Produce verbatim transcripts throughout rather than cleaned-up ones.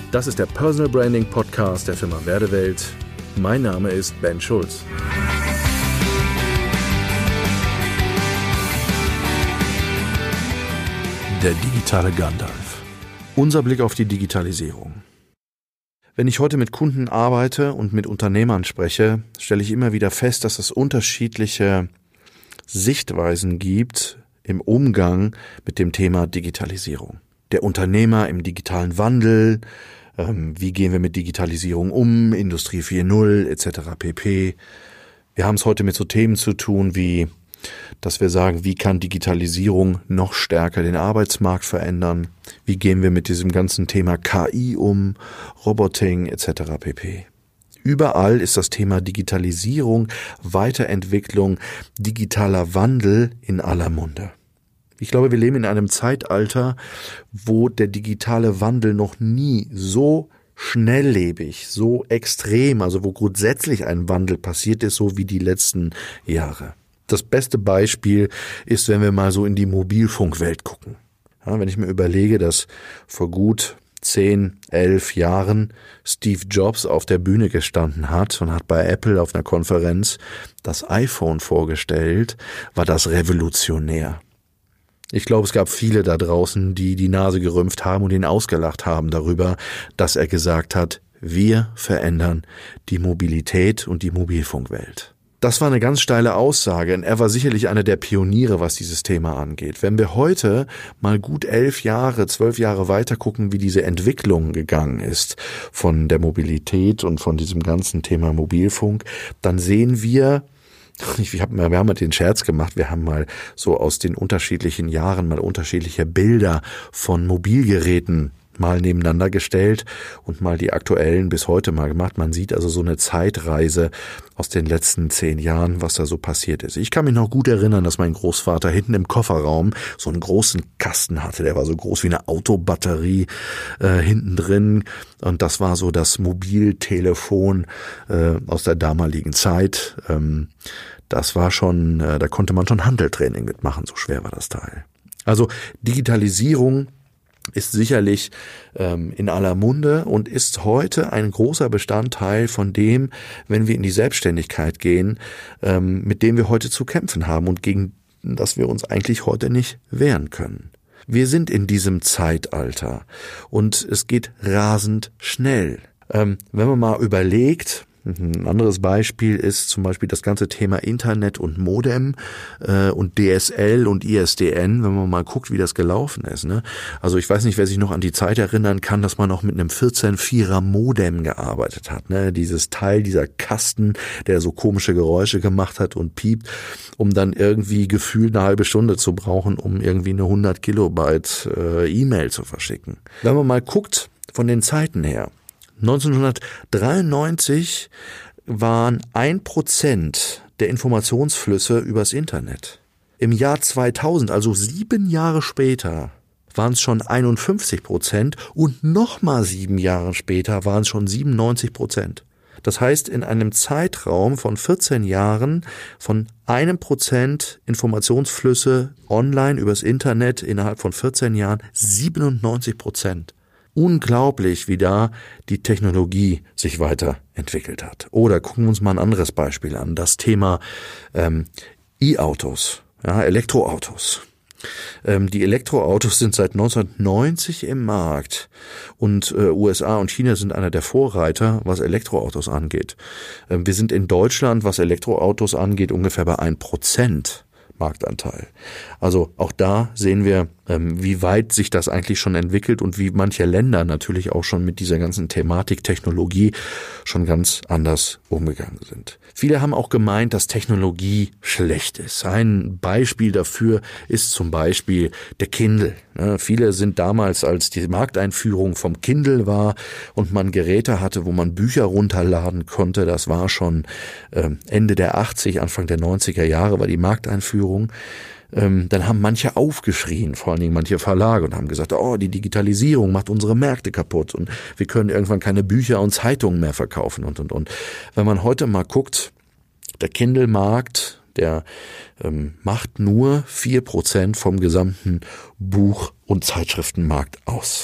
Das ist der Personal Branding Podcast der Firma Werdewelt. Mein Name ist Ben Schulz. Der digitale Gandalf. Unser Blick auf die Digitalisierung. Wenn ich heute mit Kunden arbeite und mit Unternehmern spreche, stelle ich immer wieder fest, dass es unterschiedliche Sichtweisen gibt im Umgang mit dem Thema Digitalisierung. Der Unternehmer im digitalen Wandel, ähm, wie gehen wir mit Digitalisierung um, Industrie vier Punkt null et cetera pp. Wir haben es heute mit so Themen zu tun wie, dass wir sagen, wie kann Digitalisierung noch stärker den Arbeitsmarkt verändern? Wie gehen wir mit diesem ganzen Thema K I um, Roboting et cetera pp. Überall ist das Thema Digitalisierung, Weiterentwicklung, digitaler Wandel in aller Munde. Ich glaube, wir leben in einem Zeitalter, wo der digitale Wandel noch nie so schnelllebig, so extrem, also wo grundsätzlich ein Wandel passiert ist, so wie die letzten Jahre. Das beste Beispiel ist, wenn wir mal so in die Mobilfunkwelt gucken. Ja, wenn ich mir überlege, dass vor gut zehn, elf Jahren Steve Jobs auf der Bühne gestanden hat und hat bei Apple auf einer Konferenz das iPhone vorgestellt, war das revolutionär. Ich glaube, es gab viele da draußen, die die Nase gerümpft haben und ihn ausgelacht haben darüber, dass er gesagt hat, wir verändern die Mobilität und die Mobilfunkwelt. Das war eine ganz steile Aussage und er war sicherlich einer der Pioniere, was dieses Thema angeht. Wenn wir heute mal gut elf Jahre, zwölf Jahre weiter gucken, wie diese Entwicklung gegangen ist von der Mobilität und von diesem ganzen Thema Mobilfunk, dann sehen wir, Ich hab, wir haben mal den Scherz gemacht, wir haben mal so aus den unterschiedlichen Jahren mal unterschiedliche Bilder von Mobilgeräten mal nebeneinander gestellt und mal die aktuellen bis heute mal gemacht. Man sieht also so eine Zeitreise aus den letzten zehn Jahren, was da so passiert ist. Ich kann mich noch gut erinnern, dass mein Großvater hinten im Kofferraum so einen großen Kasten hatte. Der war so groß wie eine Autobatterie äh, hinten drin. Und das war so das Mobiltelefon äh, aus der damaligen Zeit. Ähm, das war schon, äh, da konnte man schon Hanteltraining mitmachen, so schwer war das Teil. Also Digitalisierung ist sicherlich ähm, in aller Munde und ist heute ein großer Bestandteil von dem, wenn wir in die Selbstständigkeit gehen, ähm, mit dem wir heute zu kämpfen haben und gegen das wir uns eigentlich heute nicht wehren können. Wir sind in diesem Zeitalter und es geht rasend schnell. Ähm, wenn man mal überlegt, ein anderes Beispiel ist zum Beispiel das ganze Thema Internet und Modem äh, und D S L und I S D N, wenn man mal guckt, wie das gelaufen ist. Ne? Also ich weiß nicht, wer sich noch an die Zeit erinnern kann, dass man noch mit einem vierzehn Vierer Modem gearbeitet hat. Ne? Dieses Teil, dieser Kasten, der so komische Geräusche gemacht hat und piept, um dann irgendwie gefühlt eine halbe Stunde zu brauchen, um irgendwie eine hundert Kilobyte äh, E-Mail zu verschicken. Wenn man mal guckt von den Zeiten her, neunzehnhundertdreiundneunzig waren ein Prozent der Informationsflüsse übers Internet. Im Jahr zweitausend, also sieben Jahre später, waren es schon einundfünfzig Prozent und nochmal sieben Jahre später waren es schon siebenundneunzig Prozent. Das heißt, in einem Zeitraum von vierzehn Jahren von einem Prozent Informationsflüsse online übers Internet innerhalb von vierzehn Jahren siebenundneunzig Prozent. Unglaublich, wie da die Technologie sich weiterentwickelt hat. Oder gucken wir uns mal ein anderes Beispiel an, das Thema ähm, E-Autos, ja, Elektroautos. Ähm, die Elektroautos sind seit neunzehnhundertneunzig im Markt und äh, U S A und China sind einer der Vorreiter, was Elektroautos angeht. Ähm, wir sind in Deutschland, was Elektroautos angeht, ungefähr bei ein Prozent Marktanteil. Also auch da sehen wir, ähm, wie weit sich das eigentlich schon entwickelt und wie manche Länder natürlich auch schon mit dieser ganzen Thematik Technologie schon ganz anders umgegangen sind. Viele haben auch gemeint, dass Technologie schlecht ist. Ein Beispiel dafür ist zum Beispiel der Kindle. Ja, viele sind damals, als die Markteinführung vom Kindle war und man Geräte hatte, wo man Bücher runterladen konnte, das war schon äh, Ende der achtzig, Anfang der neunziger Jahre war die Markteinführung. Ähm, dann haben manche aufgeschrien, vor allen Dingen manche Verlage, und haben gesagt, oh, die Digitalisierung macht unsere Märkte kaputt und wir können irgendwann keine Bücher und Zeitungen mehr verkaufen und, und, und. Wenn man heute mal guckt, der Kindle-Markt, der ähm, macht nur vier Prozent vom gesamten Buch- und Zeitschriftenmarkt aus.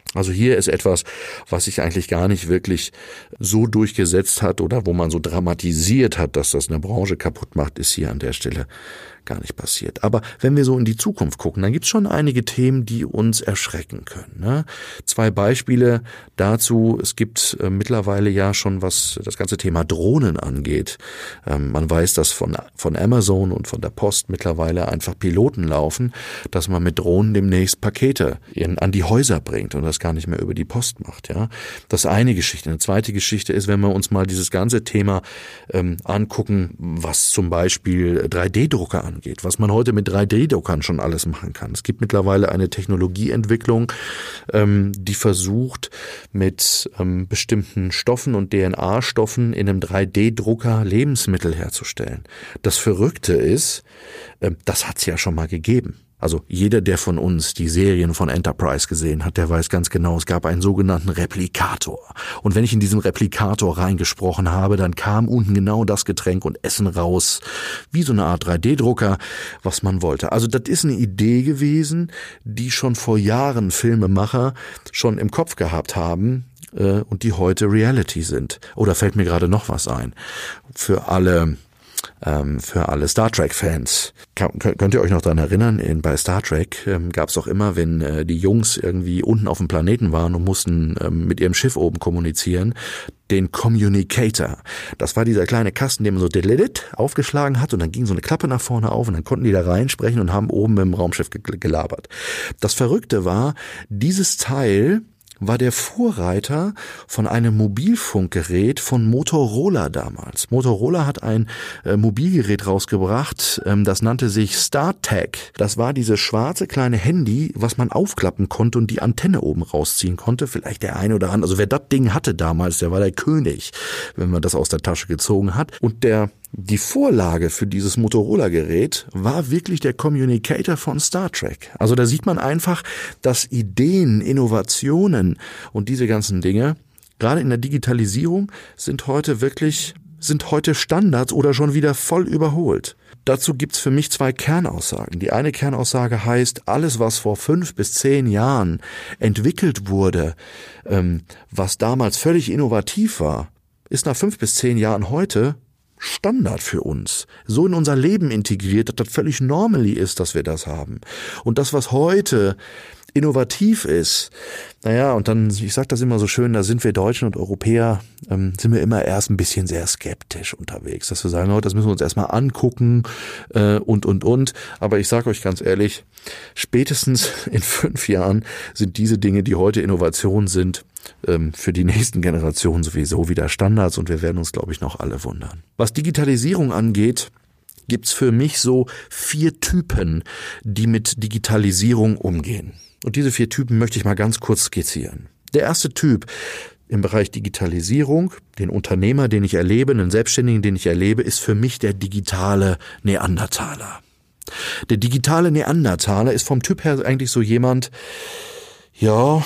Also hier ist etwas, was sich eigentlich gar nicht wirklich so durchgesetzt hat oder wo man so dramatisiert hat, dass das eine Branche kaputt macht, ist hier an der Stelle gar nicht passiert. Aber wenn wir so in die Zukunft gucken, dann gibt es schon einige Themen, die uns erschrecken können. Ne? Zwei Beispiele dazu. Es gibt äh, mittlerweile ja schon, was das ganze Thema Drohnen angeht. Ähm, man weiß, dass von, von Amazon und von der Post mittlerweile einfach Piloten laufen, dass man mit Drohnen demnächst Pakete in, an die Häuser bringt und das gar nicht mehr über die Post macht. Ja, das ist eine Geschichte. Eine zweite Geschichte ist, wenn wir uns mal dieses ganze Thema ähm, angucken, was zum Beispiel drei D Drucker angeht. Geht, was man heute mit drei D Druckern schon alles machen kann. Es gibt mittlerweile eine Technologieentwicklung, ähm, die versucht, mit ähm, bestimmten Stoffen und D N A-Stoffen in einem drei D Drucker Lebensmittel herzustellen. Das Verrückte ist, äh, das hat es ja schon mal gegeben. Also jeder, der von uns die Serien von Enterprise gesehen hat, der weiß ganz genau, es gab einen sogenannten Replikator. Und wenn ich in diesen Replikator reingesprochen habe, dann kam unten genau das Getränk und Essen raus, wie so eine Art drei D Drucker, was man wollte. Also das ist eine Idee gewesen, die schon vor Jahren Filmemacher schon im Kopf gehabt haben äh, und die heute Reality sind. Oder fällt mir gerade noch was ein? Für alle... Ähm, für alle Star Trek-Fans. Könnt ihr euch noch daran erinnern, in, bei Star Trek ähm, gab es auch immer, wenn äh, die Jungs irgendwie unten auf dem Planeten waren und mussten ähm, mit ihrem Schiff oben kommunizieren, den Communicator. Das war dieser kleine Kasten, den man so aufgeschlagen hat und dann ging so eine Klappe nach vorne auf und dann konnten die da reinsprechen und haben oben im Raumschiff gelabert. Das Verrückte war, dieses Teil war der Vorreiter von einem Mobilfunkgerät von Motorola damals. Motorola hat ein äh, Mobilgerät rausgebracht, ähm, das nannte sich StarTAC. Das war dieses schwarze kleine Handy, was man aufklappen konnte und die Antenne oben rausziehen konnte. Vielleicht der eine oder andere, also wer das Ding hatte damals, der war der König, wenn man das aus der Tasche gezogen hat. Und der Die Vorlage für dieses Motorola-Gerät war wirklich der Communicator von Star Trek. Also da sieht man einfach, dass Ideen, Innovationen und diese ganzen Dinge, gerade in der Digitalisierung, sind heute wirklich, sind heute Standards oder schon wieder voll überholt. Dazu gibt's für mich zwei Kernaussagen. Die eine Kernaussage heißt, alles, was vor fünf bis zehn Jahren entwickelt wurde, ähm, was damals völlig innovativ war, ist nach fünf bis zehn Jahren heute Standard für uns, so in unser Leben integriert, dass das völlig normally ist, dass wir das haben. Und das, was heute innovativ ist, naja, und dann, ich sage das immer so schön, da sind wir Deutschen und Europäer, ähm, sind wir immer erst ein bisschen sehr skeptisch unterwegs, dass wir sagen, oh, das müssen wir uns erstmal angucken äh, und, und, und. Aber ich sage euch ganz ehrlich, spätestens in fünf Jahren sind diese Dinge, die heute Innovation sind, ähm, für die nächsten Generationen sowieso wieder Standards und wir werden uns, glaube ich, noch alle wundern. Was Digitalisierung angeht, gibt's für mich so vier Typen, die mit Digitalisierung umgehen. Und diese vier Typen möchte ich mal ganz kurz skizzieren. Der erste Typ im Bereich Digitalisierung, den Unternehmer, den ich erlebe, den Selbstständigen, den ich erlebe, ist für mich der digitale Neandertaler. Der digitale Neandertaler ist vom Typ her eigentlich so jemand, ja,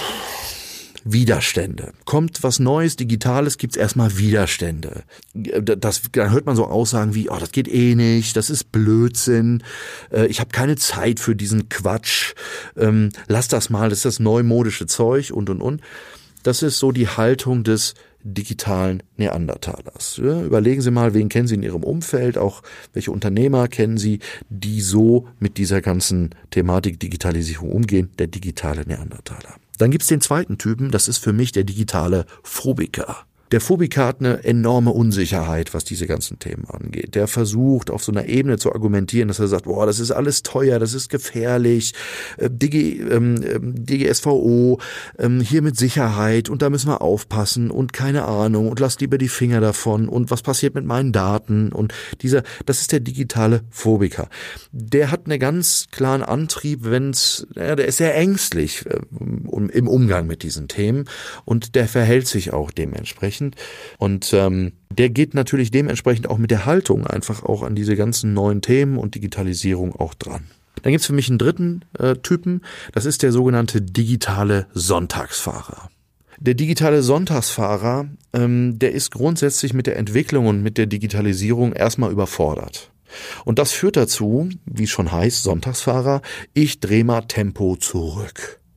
Widerstände. Kommt was Neues, Digitales, gibt's erstmal Widerstände. Das, dann hört man so Aussagen wie, oh, das geht eh nicht, das ist Blödsinn, äh, ich habe keine Zeit für diesen Quatsch, ähm, lass das mal, das ist das neumodische Zeug und, und, und. Das ist so die Haltung des digitalen Neandertalers. Ja, überlegen Sie mal, wen kennen Sie in Ihrem Umfeld, auch welche Unternehmer kennen Sie, die so mit dieser ganzen Thematik Digitalisierung umgehen, der digitale Neandertaler. Dann gibt's den zweiten Typen, das ist für mich der digitale Phobiker. Der Phobiker hat eine enorme Unsicherheit, was diese ganzen Themen angeht. Der versucht, auf so einer Ebene zu argumentieren, dass er sagt, boah, das ist alles teuer, das ist gefährlich, äh, D G, ähm, D G S V O, ähm, hier mit Sicherheit und da müssen wir aufpassen und keine Ahnung und lass lieber die Finger davon und was passiert mit meinen Daten und dieser, das ist der digitale Phobiker. Der hat einen ganz klaren Antrieb, wenn's, ja, der ist sehr ängstlich äh, im Umgang mit diesen Themen und der verhält sich auch dementsprechend. Und ähm, der geht natürlich dementsprechend auch mit der Haltung einfach auch an diese ganzen neuen Themen und Digitalisierung auch dran. Dann gibt's für mich einen dritten äh, Typen, das ist der sogenannte digitale Sonntagsfahrer. Der digitale Sonntagsfahrer, ähm, der ist grundsätzlich mit der Entwicklung und mit der Digitalisierung erstmal überfordert. Und das führt dazu, wie es schon heißt, Sonntagsfahrer, ich dreh mal Tempo zurück.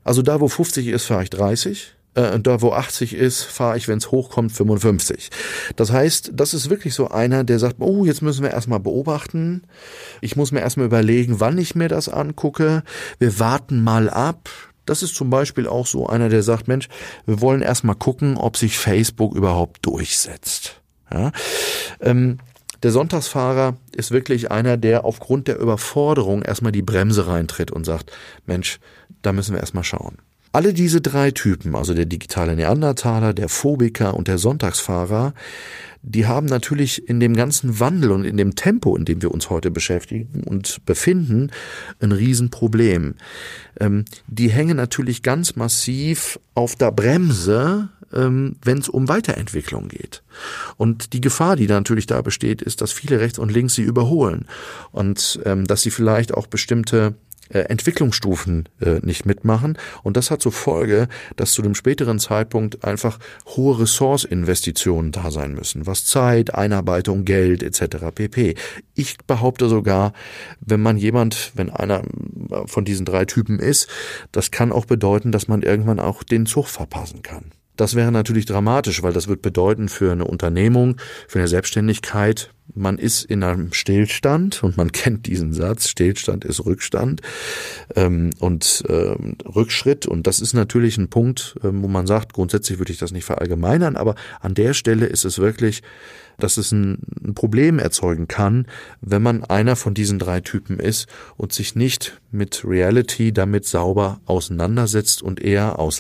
Also da, wo fünfzig ist, fahre ich dreißig. Und da, wo achtzig ist, fahre ich, wenn es hochkommt, fünfundfünfzig. Das heißt, das ist wirklich so einer, der sagt, oh, jetzt müssen wir erstmal beobachten. Ich muss mir erstmal überlegen, wann ich mir das angucke. Wir warten mal ab. Das ist zum Beispiel auch so einer, der sagt, Mensch, wir wollen erstmal gucken, ob sich Facebook überhaupt durchsetzt. Ja? Ähm, der Sonntagsfahrer ist wirklich einer, der aufgrund der Überforderung erstmal die Bremse reintritt und sagt, Mensch, da müssen wir erstmal schauen. Alle diese drei Typen, also der digitale Neandertaler, der Phobiker und der Sonntagsfahrer, die haben natürlich in dem ganzen Wandel und in dem Tempo, in dem wir uns heute beschäftigen und befinden, ein Riesenproblem. Ähm, die hängen natürlich ganz massiv auf der Bremse, ähm, wenn es um Weiterentwicklung geht. Und die Gefahr, die da natürlich da besteht, ist, dass viele rechts und links sie überholen und ähm, dass sie vielleicht auch bestimmte Entwicklungsstufen äh, nicht mitmachen. Und das hat zur Folge, dass zu dem späteren Zeitpunkt einfach hohe Ressourceninvestitionen da sein müssen, was Zeit, Einarbeitung, Geld et cetera pp. Ich behaupte sogar, wenn man jemand, wenn einer von diesen drei Typen ist, das kann auch bedeuten, dass man irgendwann auch den Zug verpassen kann. Das wäre natürlich dramatisch, weil das wird bedeuten für eine Unternehmung, für eine Selbstständigkeit, man ist in einem Stillstand und man kennt diesen Satz, Stillstand ist Rückstand ähm, und ähm, Rückschritt, und das ist natürlich ein Punkt, ähm, wo man sagt, grundsätzlich würde ich das nicht verallgemeinern, aber an der Stelle ist es wirklich, dass es ein, ein Problem erzeugen kann, wenn man einer von diesen drei Typen ist und sich nicht mit Reality damit sauber auseinandersetzt und eher aus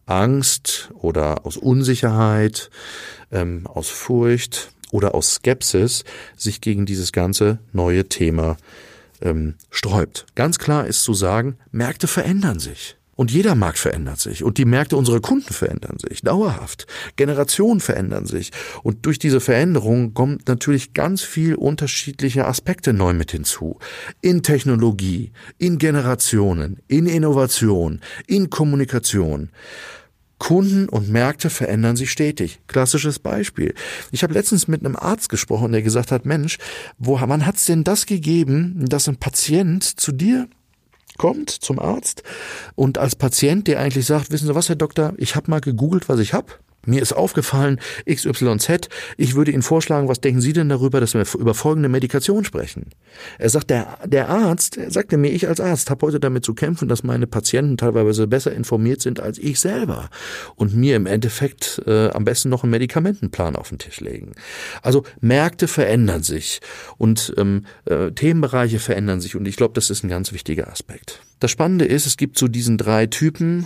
Angst oder aus Unsicherheit, ähm, aus Furcht oder aus Skepsis sich gegen dieses ganze neue Thema ähm, sträubt. Ganz klar ist zu sagen, Märkte verändern sich. Und jeder Markt verändert sich. Und die Märkte unserer Kunden verändern sich. Dauerhaft. Generationen verändern sich. Und durch diese Veränderung kommt natürlich ganz viel unterschiedliche Aspekte neu mit hinzu. In Technologie, in Generationen, in Innovation, in Kommunikation. Kunden und Märkte verändern sich stetig. Klassisches Beispiel. Ich habe letztens mit einem Arzt gesprochen, der gesagt hat, Mensch, wo, wann hat's denn das gegeben, dass ein Patient zu dir kommt, zum Arzt, und als Patient, der eigentlich sagt, wissen Sie was, Herr Doktor, ich habe mal gegoogelt, was ich habe. Mir ist aufgefallen, X Y Z, ich würde Ihnen vorschlagen, was denken Sie denn darüber, dass wir über folgende Medikation sprechen? Er sagt, der, der Arzt, er sagte mir, ich als Arzt habe heute damit zu kämpfen, dass meine Patienten teilweise besser informiert sind als ich selber und mir im Endeffekt äh, am besten noch einen Medikamentenplan auf den Tisch legen. Also Märkte verändern sich und ähm, äh, Themenbereiche verändern sich, und ich glaube, das ist ein ganz wichtiger Aspekt. Das Spannende ist, es gibt zu diesen drei Typen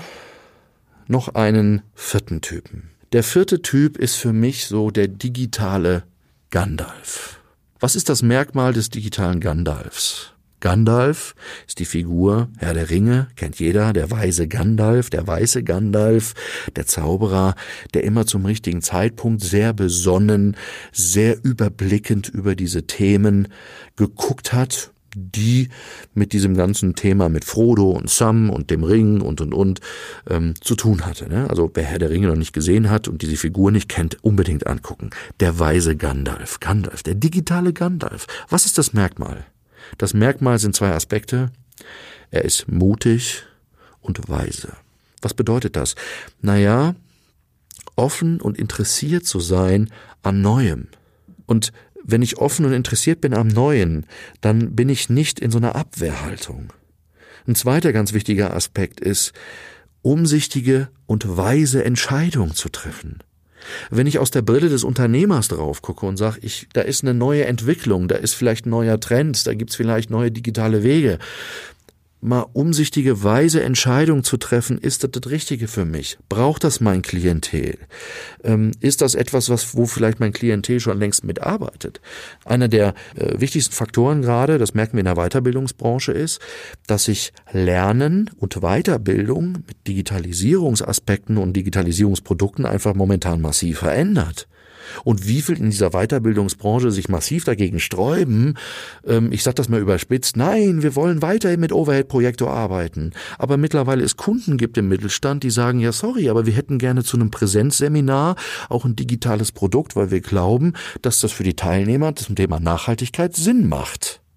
noch einen vierten Typen. Der vierte Typ ist für mich so der digitale Gandalf. Was ist das Merkmal des digitalen Gandalfs? Gandalf ist die Figur Herr der Ringe, kennt jeder, der weise Gandalf, der weiße Gandalf, der Zauberer, der immer zum richtigen Zeitpunkt sehr besonnen, sehr überblickend über diese Themen geguckt hat, die mit diesem ganzen Thema mit Frodo und Sam und dem Ring und und und ähm, zu tun hatte. Ne? Also wer Herr der Ringe noch nicht gesehen hat und diese Figur nicht kennt, unbedingt angucken. Der weise Gandalf, Gandalf, der digitale Gandalf. Was ist das Merkmal? Das Merkmal sind zwei Aspekte. Er ist mutig und weise. Was bedeutet das? Naja, offen und interessiert zu sein an Neuem. Und wenn ich offen und interessiert bin am Neuen, dann bin ich nicht in so einer Abwehrhaltung. Ein zweiter ganz wichtiger Aspekt ist, umsichtige und weise Entscheidungen zu treffen. Wenn ich aus der Brille des Unternehmers drauf gucke und sage, ich, da ist eine neue Entwicklung, da ist vielleicht ein neuer Trend, da gibt's vielleicht neue digitale Wege, mal umsichtige, weise Entscheidungen zu treffen, ist das das Richtige für mich? Braucht das mein Klientel? Ähm, ist das etwas, was, wo vielleicht mein Klientel schon längst mitarbeitet? Einer der äh, wichtigsten Faktoren gerade, das merken wir in der Weiterbildungsbranche, ist, dass sich Lernen und Weiterbildung mit Digitalisierungsaspekten und Digitalisierungsprodukten einfach momentan massiv verändert. Und wie viel in dieser Weiterbildungsbranche sich massiv dagegen sträuben, ähm, ich sage das mal überspitzt, nein, wir wollen weiterhin mit Overhead-Projektor arbeiten. Aber mittlerweile es Kunden gibt im Mittelstand, die sagen, ja sorry, aber wir hätten gerne zu einem Präsenzseminar auch ein digitales Produkt, weil wir glauben, dass das für die Teilnehmer zum Thema Nachhaltigkeit Sinn macht.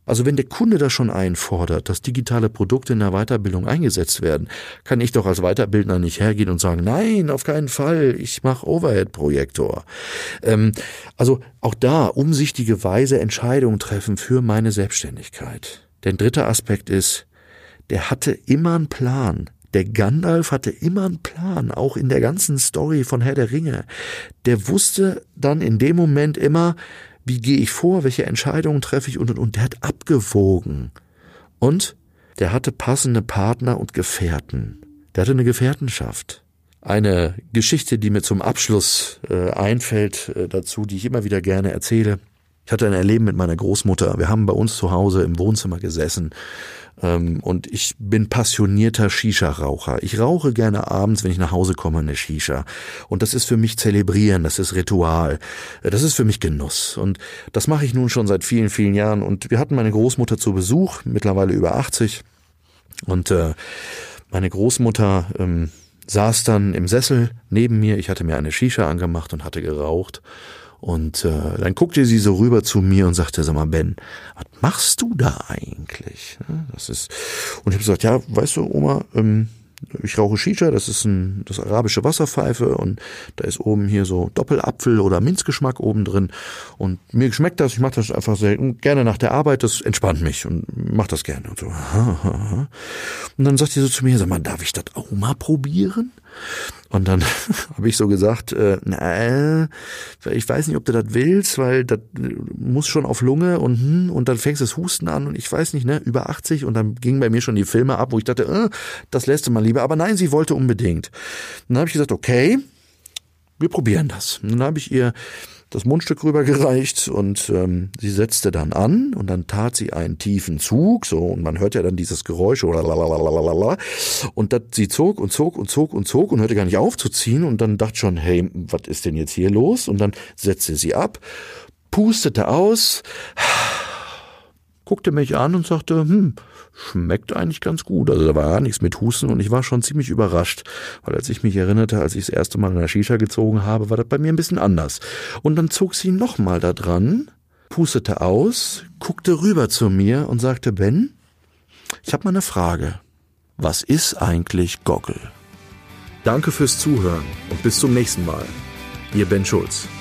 Also wenn der Kunde das schon einfordert, dass digitale Produkte in der Weiterbildung eingesetzt werden, kann ich doch als Weiterbildner nicht hergehen und sagen, nein, auf keinen Fall, ich mache Overhead-Projektor. Ähm, also auch da umsichtige, weise Entscheidungen treffen für meine Selbstständigkeit. Der dritte Aspekt ist, der hatte immer einen Plan. Der Gandalf hatte immer einen Plan, auch in der ganzen Story von Herr der Ringe. Der wusste dann in dem Moment immer, wie gehe ich vor, welche Entscheidungen treffe ich und, und, und. Der hat abgewogen. Und der hatte passende Partner und Gefährten. Der hatte eine Gefährtenschaft. Eine Geschichte, die mir zum Abschluss äh, einfällt äh, dazu, die ich immer wieder gerne erzähle. Ich hatte ein Erleben mit meiner Großmutter. Wir haben bei uns zu Hause im Wohnzimmer gesessen. Ähm, und ich bin passionierter Shisha-Raucher. Ich rauche gerne abends, wenn ich nach Hause komme, eine Shisha. Und das ist für mich Zelebrieren, das ist Ritual. Das ist für mich Genuss. Und das mache ich nun schon seit vielen, vielen Jahren. Und wir hatten meine Großmutter zu Besuch, mittlerweile über achtzig. Und äh, meine Großmutter ähm, saß dann im Sessel neben mir. Ich hatte mir eine Shisha angemacht und hatte geraucht. Und äh, dann guckte sie so rüber zu mir und sagte, sag mal, Ben, was machst du da eigentlich? Das ist und ich habe gesagt, ja, weißt du, Oma, ähm, ich rauche Shisha, das ist ein das arabische Wasserpfeife und da ist oben hier so Doppelapfel oder Minzgeschmack oben drin und mir schmeckt das, ich mache das einfach sehr gerne nach der Arbeit, das entspannt mich und mach das gerne und so. Und dann sagt sie so zu mir, sag mal, darf ich das auch mal probieren? Und dann habe ich so gesagt, äh, na, ich weiß nicht, ob du das willst, weil das muss schon auf Lunge und hm, und dann fängst du das Husten an und ich weiß nicht, ne, über achtzig und dann gingen bei mir schon die Filme ab, wo ich dachte, äh, das lässt du mal lieber. Aber nein, sie wollte unbedingt. Und dann habe ich gesagt, okay, wir probieren das. Und dann habe ich ihr das Mundstück rübergereicht und ähm, sie setzte dann an und dann tat sie einen tiefen Zug, so und man hört ja dann dieses Geräusch oder lalalala und das, sie zog und zog und zog und zog und hörte gar nicht auf zu ziehen und dann dachte schon, hey, was ist denn jetzt hier los? Und dann setzte sie ab, pustete aus, guckte mich an und sagte, hm, schmeckt eigentlich ganz gut. Also da war ja nichts mit Husten und ich war schon ziemlich überrascht, weil als ich mich erinnerte, als ich das erste Mal in der Shisha gezogen habe, war das bei mir ein bisschen anders. Und dann zog sie nochmal da dran, pustete aus, guckte rüber zu mir und sagte, Ben, ich habe mal eine Frage. Was ist eigentlich Goggle? Danke fürs Zuhören und bis zum nächsten Mal. Ihr Ben Schulz.